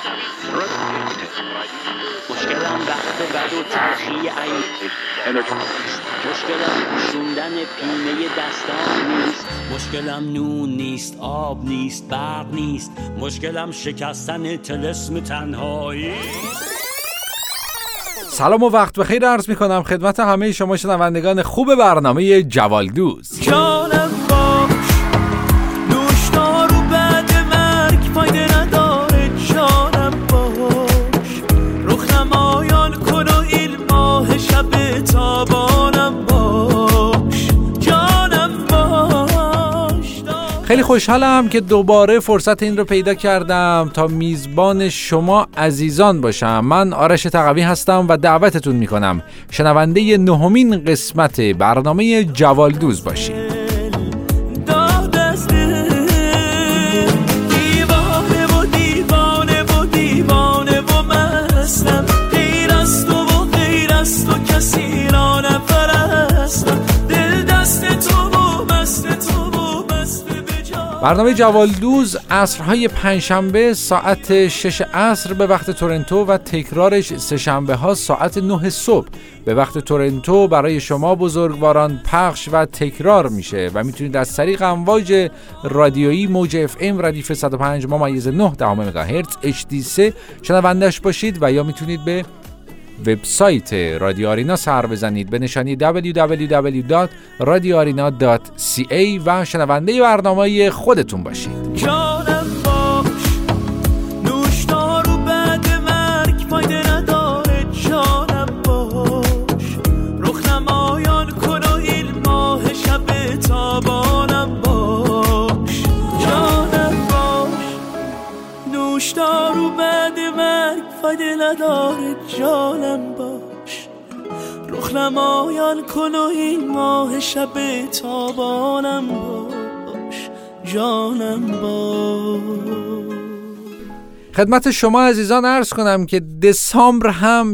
مشکلم وقت بد و تلخی مشکلم پوشوندن پینه دستان نیست، مشکلم نون نیست، آب نیست، برق نیست، مشکلم شکستن طلسم تنهایی. سلام و وقت بخیر عرض میکنم خدمت همه شما شنوندگان خوب برنامه جوالدوز. جانم باش نوشدار و بعد مرگ فایده نداره، جانم باش رخ نمایان کن و این ماه شب تابانم باش، جانم باش. خیلی خوشحالم که دوباره فرصت این رو پیدا کردم تا میزبان شما عزیزان باشم. من آرش تقوی هستم و دعوتتون میکنم شنونده 9مین قسمت برنامه جوالدوز باشید. برنامه جوالدوز عصرهای پنجشنبه ساعت 6 عصر به وقت تورنتو و تکرارش سه‌شنبه ها ساعت 9 صبح به وقت تورنتو برای شما بزرگواران پخش و تکرار میشه و میتونید از طریق امواج رادیویی موج FM ردیف 105.9 مگاهرتز HD3 شنوندش باشید و یا میتونید به وبسایت رادیو آرینا سر بزنید به نشانی www.radioarena.ca و شنونده برنامه خودتون باشید. جانم باش نوشدار و بعد مرگ فایده نداره، جانم باش رخ نمایان کن و این ماه شب تابانم باش، جانم باش نوشدار و بعد مرگ فایده نداره، جانم باش رخ نمایان کن و این ماه شب تابانم باش، جانم باش. خدمت شما عزیزان عرض کنم که دسامبر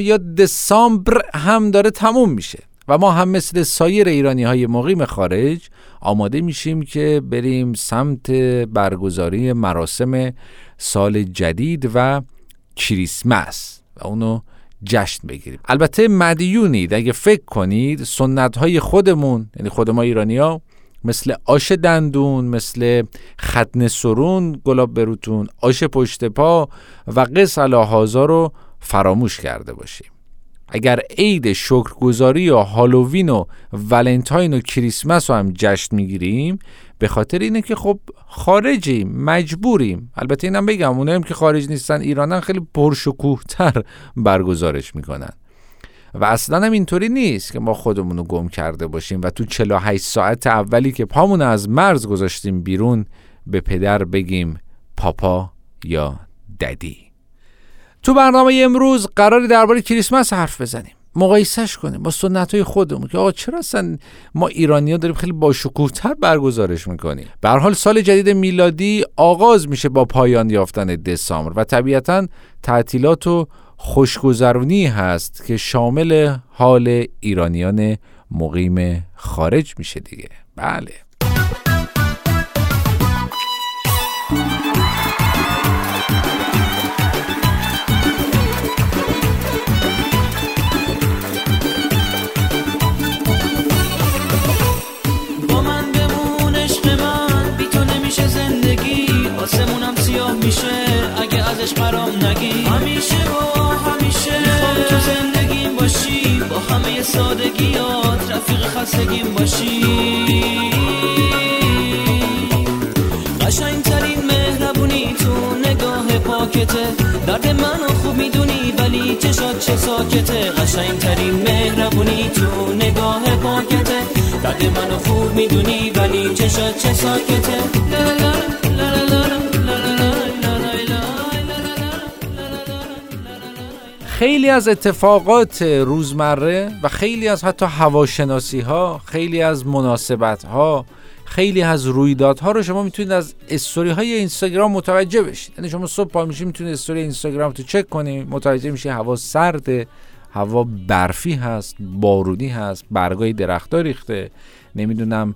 هم داره تموم میشه و ما هم مثل سایر ایرانی های مقیم خارج آماده میشیم که بریم سمت برگزاری مراسم سال جدید و کریسمس و اونو جشن بگیریم. البته مدیونید اگه فکر کنید سنت های خودمون، یعنی خود ما ایرانی ها، مثل آش دندون، مثل ختن سرون، گلاب بروتون، آش پشت پا و قص الهازا رو فراموش کرده باشیم. اگر عید شکرگزاری و هالووین و ولنتاین و کریسمس رو هم جشن میگیریم به خاطر اینه که خب خارجیم، مجبوریم. البته اینم بگم اونایی که خارج نیستن ایرانن خیلی پرشکوه‌تر برگزارش میکنن و اصلا هم اینطوری نیست که ما خودمون رو گم کرده باشیم و تو 48 ساعت اولی که پامون از مرز گذاشتیم بیرون به پدر بگیم پاپا یا ددی. تو برنامه امروز قراری درباره کریسمس حرف بزنیم، مقایسهش کنیم با سنت‌های خودمون که آقا چرا اصلا ما ایرانی‌ها داریم خیلی باشکوه‌تر برگزارش می‌کنیم. به هر حال سال جدید میلادی آغاز میشه با پایان یافتن دسامبر و طبیعتاً تعطیلات و خوشگذرونی هست که شامل حال ایرانیان مقیم خارج میشه دیگه. بله. آسمونم سیاه میشه اگه ازش برام نگی، همیشه میخوام تو زندگیم باشی، با همه سادگیات رفیق خستگیم باشی. قشنگترین مهربونی تو نگاه پاکته، درد منو خوب میدونی ولی چشات چه ساکته. قشنگترین مهربونی تو نگاه پاکته، درد منو خوب میدونی ولی چشات چه ساکته. خیلی از اتفاقات روزمره و خیلی از حتی هواشناسی ها، خیلی از مناسبت ها، خیلی از رویدادها رو شما میتونید از استوری های اینستاگرام متوجه بشید. یعنی شما صبح پا میشید میتونید استوری اینستاگرام تو چک کنید، متوجه میشید هوا سرده، هوا برفی هست، بارونی هست، برگای درخت‌ها ریخته، نمیدونم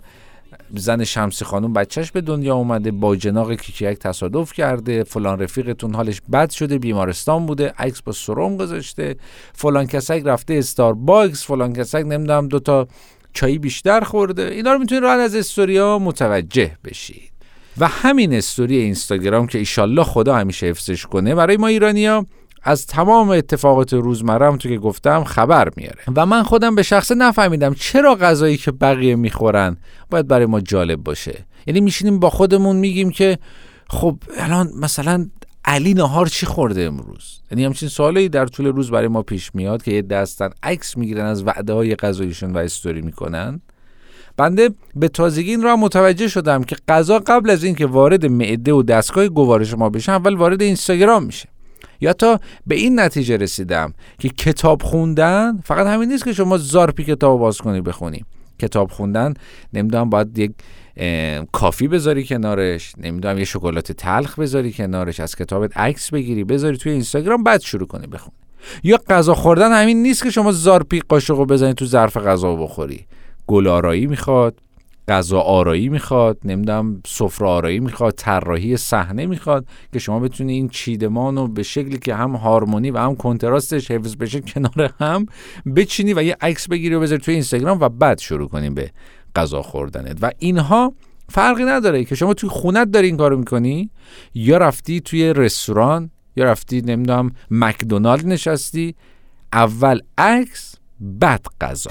زن شمسی خانم بچهش به دنیا اومده، با جناق کیکیک تصادف کرده، فلان رفیقتون حالش بد شده بیمارستان بوده، عکس با سرم گذاشته، فلان کسک رفته استارباکس، فلان کسک نمیدونم 2 تا چای بیشتر خورده. اینا رو میتونید راحت از استوریا متوجه بشید. و همین استوری اینستاگرام که ایشالله خدا همیشه حفظش کنه برای ما ایرانی‌ها از تمام اتفاقات روزمره هم تو که گفتم خبر میاره. و من خودم به شخصه نفهمیدم چرا غذایی که بقیه میخورن باید برای ما جالب باشه. یعنی میشینیم با خودمون میگیم که خب الان مثلا علی نهار چی خورده امروز؟ یعنی همچین سوالایی در طول روز برای ما پیش میاد که یه دستن عکس میگیرن از وعده‌های غذاییشون و استوری میکنن. بنده به تازگی این را متوجه شدم که غذا قبل از این که وارد معده و دستگاه گوارش ما بشه اول وارد اینستاگرام میشه. یا تا به این نتیجه رسیدم که کتاب خوندن فقط همین نیست که شما زارپی کتاب باز کنی بخونی. کتاب خوندن نمیدونم باید یک کافی بذاری کنارش، نمیدونم یه شکلات تلخ بذاری کنارش، از کتابت عکس بگیری بذاری توی اینستاگرام بعد شروع کنی بخونی. یا غذا خوردن همین نیست که شما زارپی قاشقو بزنی تو ظرف غذا بخوری. گل آرایی میخواد، غذا آرایی میخواد، نمیدونم سفره آرایی میخواد، طراحی صحنه میخواد که شما بتونی این چیدمانو به شکلی که هم هارمونی و هم کنتراستش حفظ بشه کنار هم بچینی و یه عکس بگیری و بذاری توی اینستاگرام و بعد شروع کنی به غذا خوردنت. و اینها فرقی نداره که شما توی خونت داری این کارو میکنی یا رفتی توی رستوران یا رفتی نمیدونم مکدونالد نشستی، اول عکس بعد غذا.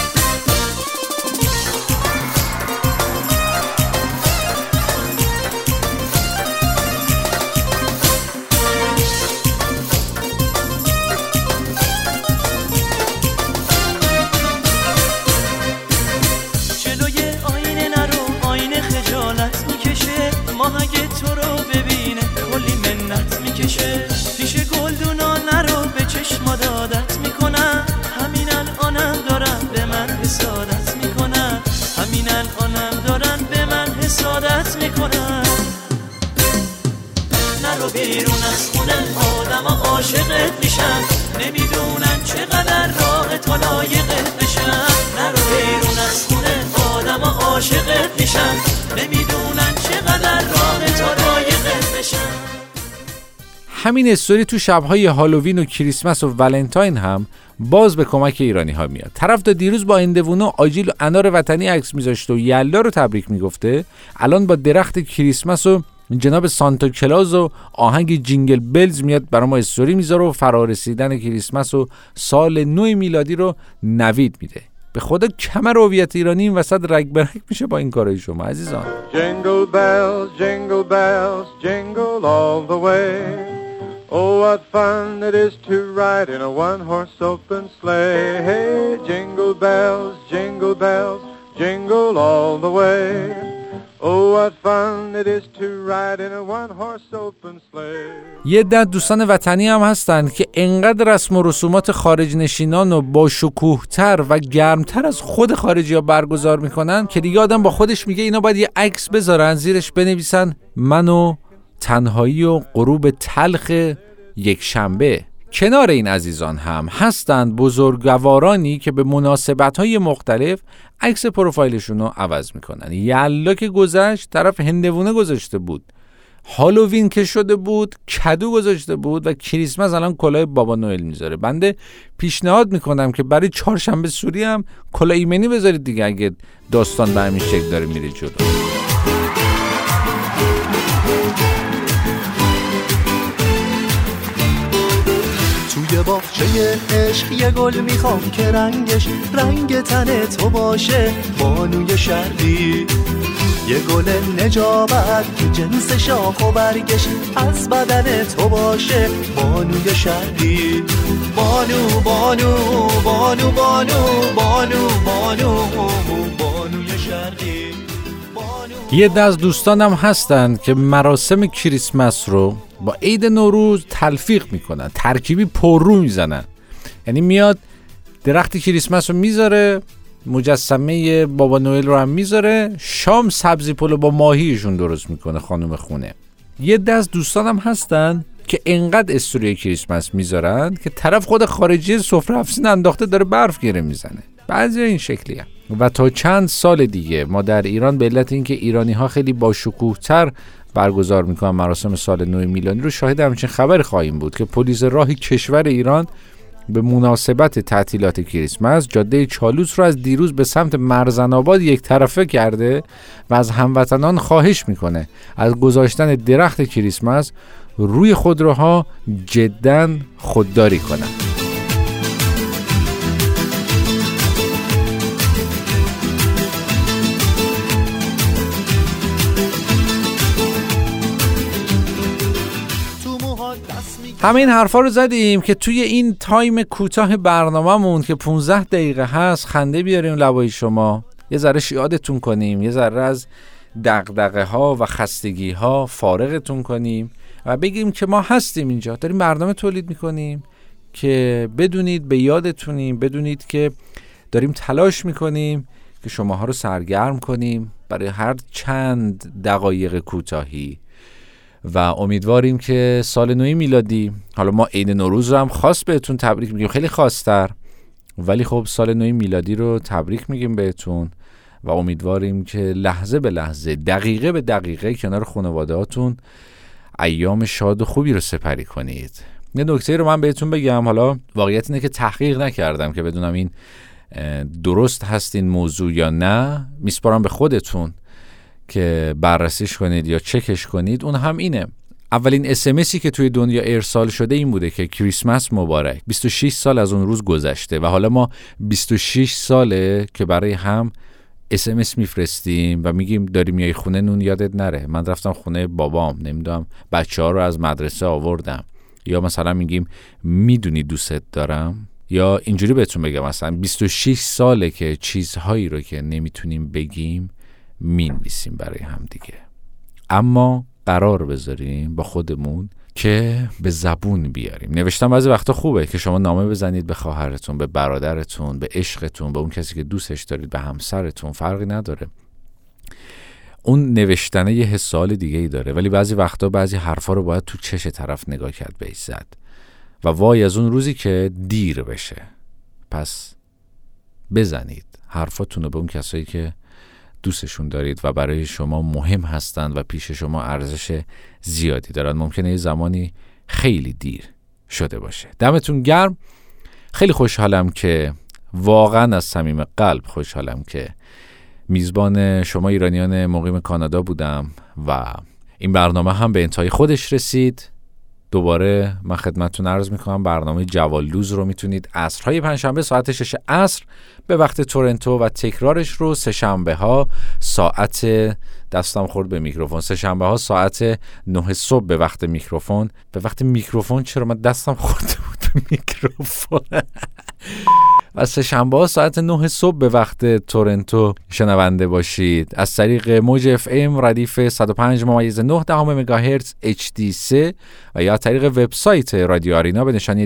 اگه تو رو ببینه کلی منت میکشه، پیش گلدونا نرو به چشم عادت میکنن، همین الانم دارن به من حسادت میکنن، همین الانم دارن به من حسادت میکنن. نرو بیرون از خونه آدم عاشقت میشن، نمیدونن چقدر راه تا لایقت بشن. نرو بیرون از خونه آدم عاشقت میشن، نمیدونن چقدر راه تا لایقت بشن. همین استوری تو شب‌های هالووین و کریسمس و ولنتاین هم باز به کمک ایرانی‌ها میاد. طرف تا دیروز با هندوونه و آجیل و انار وطنی عکس می‌ذاشته و یلا رو تبریک میگفته، الان با درخت کریسمس و جناب سانتا کلاز و آهنگ جینگل بلز میاد برای ما استوری میذاره و فرارسیدن کریسمس و سال نو میلادی رو نوید میده. به خدا کمر هویت ایرانی این وسط رگ به رگ میشه با این کارهای شما عزیزان. Jingle bells, jingle all the way. Oh, what fun it is to ride in a one-horse open sleigh. Hey, jingle bells, jingle all the way. Oh, what fun it is to ride in a one-horse open sleigh. یه عده دوستان وطنی هم هستن که انقدر رسم و رسومات خارج نشینان رو با شکوه‌تر و گرمتر از خود خارجی‌ها برگزار میکنن که دیگه آدم با خودش میگه اینا باید یه عکس بذارن زیرش بنویسن من و تنهایی و غروب تلخ یک شنبه. کنار این عزیزان هم هستند بزرگوارانی که به مناسبت‌های مختلف عکس پروفایلشون رو عوض میکنن. یلا که گذشت طرف هندوونه گذاشته بود، هالووین که شده بود کدو گذاشته بود و کریسمس الان کلاه بابا نوئل میذاره. بنده پیشنهاد میکنم که برای چهارشنبه سوری هم کلاه ایمنی بذارید دیگه اگه داستان به همین شکل داره میره جلو. توی باغچه عشق یه گل میخوام که رنگش رنگ تن تو باشه، بانوی شرقی، یه گل نجابت که جنس شاخ و برگش از بدن تو باشه، بانوی شرقی. بانو بانو بانو بانو بانو بانو بانوی شرقی. یه عده از دوستانم هستن که مراسم کریسمس رو با عید نوروز تلفیق میکنن، ترکیبی پررو میزنن. یعنی میاد درخت کریسمس رو میذاره، مجسمه بابا نوئل رو هم میذاره، شام سبزی پلو با ماهیشون درست میکنه خانم خونه. یه عده از دوستانم هستن که انقدر استوری کریسمس میذارن که طرف خود خارجی سفره افسین انداخته داره برف گره میزنه. بعضی این شکلیه. و تا چند سال دیگه ما در ایران به علت اینکه ایرانی‌ها خیلی باشکوه‌تر برگزار میکنن مراسم سال نو میلادی رو شاهد همچین خبر خواهیم بود که پلیس راه کشور ایران به مناسبت تعطیلات کریسمس جاده چالوس رو از دیروز به سمت مرزن‌آباد یک طرفه کرده و از هموطنان خواهش میکنه از گذاشتن درخت کریسمس روی خودروها جداً خودداری کنن. همین حرفا رو زدیم که توی این تایم کوتاه برنامه‌مون که 15 دقیقه هست خنده بیاریم لبای شما، یه ذره یادتون کنیم، یه ذره از دغدغه ها و خستگی ها فارغتون کنیم و بگیم که ما هستیم اینجا، داریم برنامه تولید میکنیم که بدونید، به یادتونیم، بدونید که داریم تلاش میکنیم که شماها رو سرگرم کنیم برای هر چند دقایق کوتاهی و امیدواریم که سال نو میلادی، حالا ما عید نوروز رو هم خاص بهتون تبریک میگیم، خیلی خاص‌تر، ولی خب سال نو میلادی رو تبریک میگیم بهتون و امیدواریم که لحظه به لحظه، دقیقه به دقیقه کنار خانواده‌هاتون ایام شاد و خوبی رو سپری کنید. یه نکته رو من بهتون بگم، حالا واقعیت اینه که تحقیق نکردم که بدونم این درست هست این موضوع یا نه، میسپارم به خودتون که بررسیش کنید یا چکش کنید. اون هم اینه، اولین اسمسی که توی دنیا ارسال شده این بوده که کریسمس مبارک. 26 سال از اون روز گذشته و حالا ما 26 ساله که برای هم اسمس میفرستیم و میگیم داری میای خونه نون یادت نره، من رفتم خونه بابام، نمیدونم بچه‌ها رو از مدرسه آوردم، یا مثلا میگیم میدونی دوستت دارم، یا اینجوری بهتون بگم مثلا 26 ساله که چیزهایی رو که نمیتونیم بگیم مینویسیم برای هم دیگه. اما قرار بذاریم با خودمون که به زبون بیاریم. نوشتن بعضی وقتا خوبه که شما نامه بزنید به خواهرتون، به برادرتون، به عشقتون، به اون کسی که دوستش دارید، به همسرتون، فرقی نداره. اون نوشتنه یه حسال دیگه ای داره، ولی بعضی وقتا بعضی حرفا رو باید تو چش طرف نگاه کرد، بهش زد. و وای از اون روزی که دیر بشه. پس بزنید حرفاتون رو به اون کسایی که دوستشون دارید و برای شما مهم هستند و پیش شما ارزش زیادی دارن. ممکنه یه زمانی خیلی دیر شده باشه. دمتون گرم. خیلی خوشحالم که، واقعا از صمیم قلب خوشحالم که میزبان شما ایرانیان مقیم کانادا بودم و این برنامه هم به انتهای خودش رسید. دوباره من خدمتتون عرض میکنم برنامه جوالدوز رو میتونید عصرهای پنجشنبه ساعت 6 عصر به وقت تورنتو و تکرارش رو سه شنبه ها ساعت، دستم خورد به میکروفون، سه شنبه ها ساعت 9 صبح به وقت میکروفون. به وقت میکروفون چرا؟ من دستم خورده بود به میکروفون. و سه شنبه ها ساعت 9 صبح به وقت تورنتو شنونده باشید از طریق موج اف ام ردیف 105.9 مگاهرتز HD3 و یا طریق وبسایت رادیو آرینا به نشانی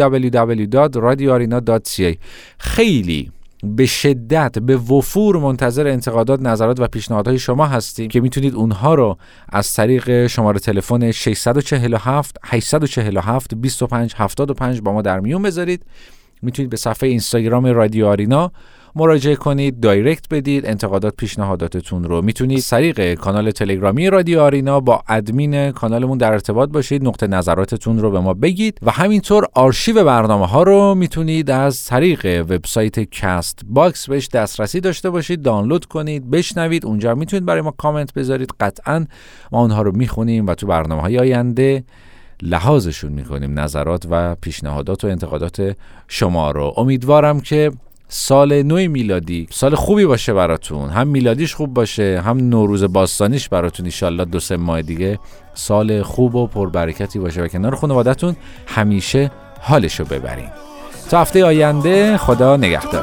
www.radioarena.ca. خیلی به شدت، به وفور منتظر انتقادات، نظرات و پیشنهادهای شما هستیم که میتونید اونها رو از طریق شماره تلفن 647 847 2575 با ما در میون بذارید. میتونید به صفحه اینستاگرام رادیو آرینا مراجعه کنید، دایرکت بدید انتقادات، پیشنهاداتتون رو. میتونید از طریق کانال تلگرامی رادیو آرینا با ادمین کانالمون در ارتباط باشید، نقطه نظراتتون رو به ما بگید و همینطور آرشیو برنامه ها رو میتونید از طریق وبسایت کست باکس بهش دسترسی داشته باشید، دانلود کنید، بشنوید. اونجا میتونید برای ما کامنت بذارید، قطعاً ما اونها رو میخونیم و تو برنامه‌های آینده لحاظشون میکنیم، نظرات و پیشنهادات و انتقادات شما رو. امیدوارم که سال نو میلادی سال خوبی باشه براتون، هم میلادیش خوب باشه، هم نوروز باستانیش براتون انشالله 2-3 ماه دیگه سال خوب و پربرکتی باشه و کنار خانواده‌تون همیشه حالشو ببرین. تا هفته آینده خدا نگهدار.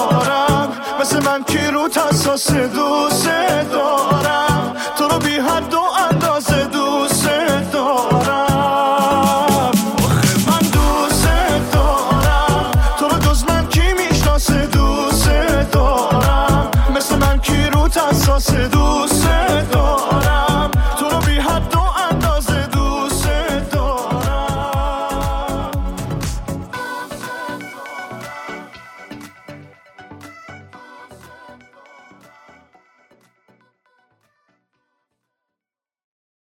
مثل من کی رو تساس دوست دارم، تو رو بی حد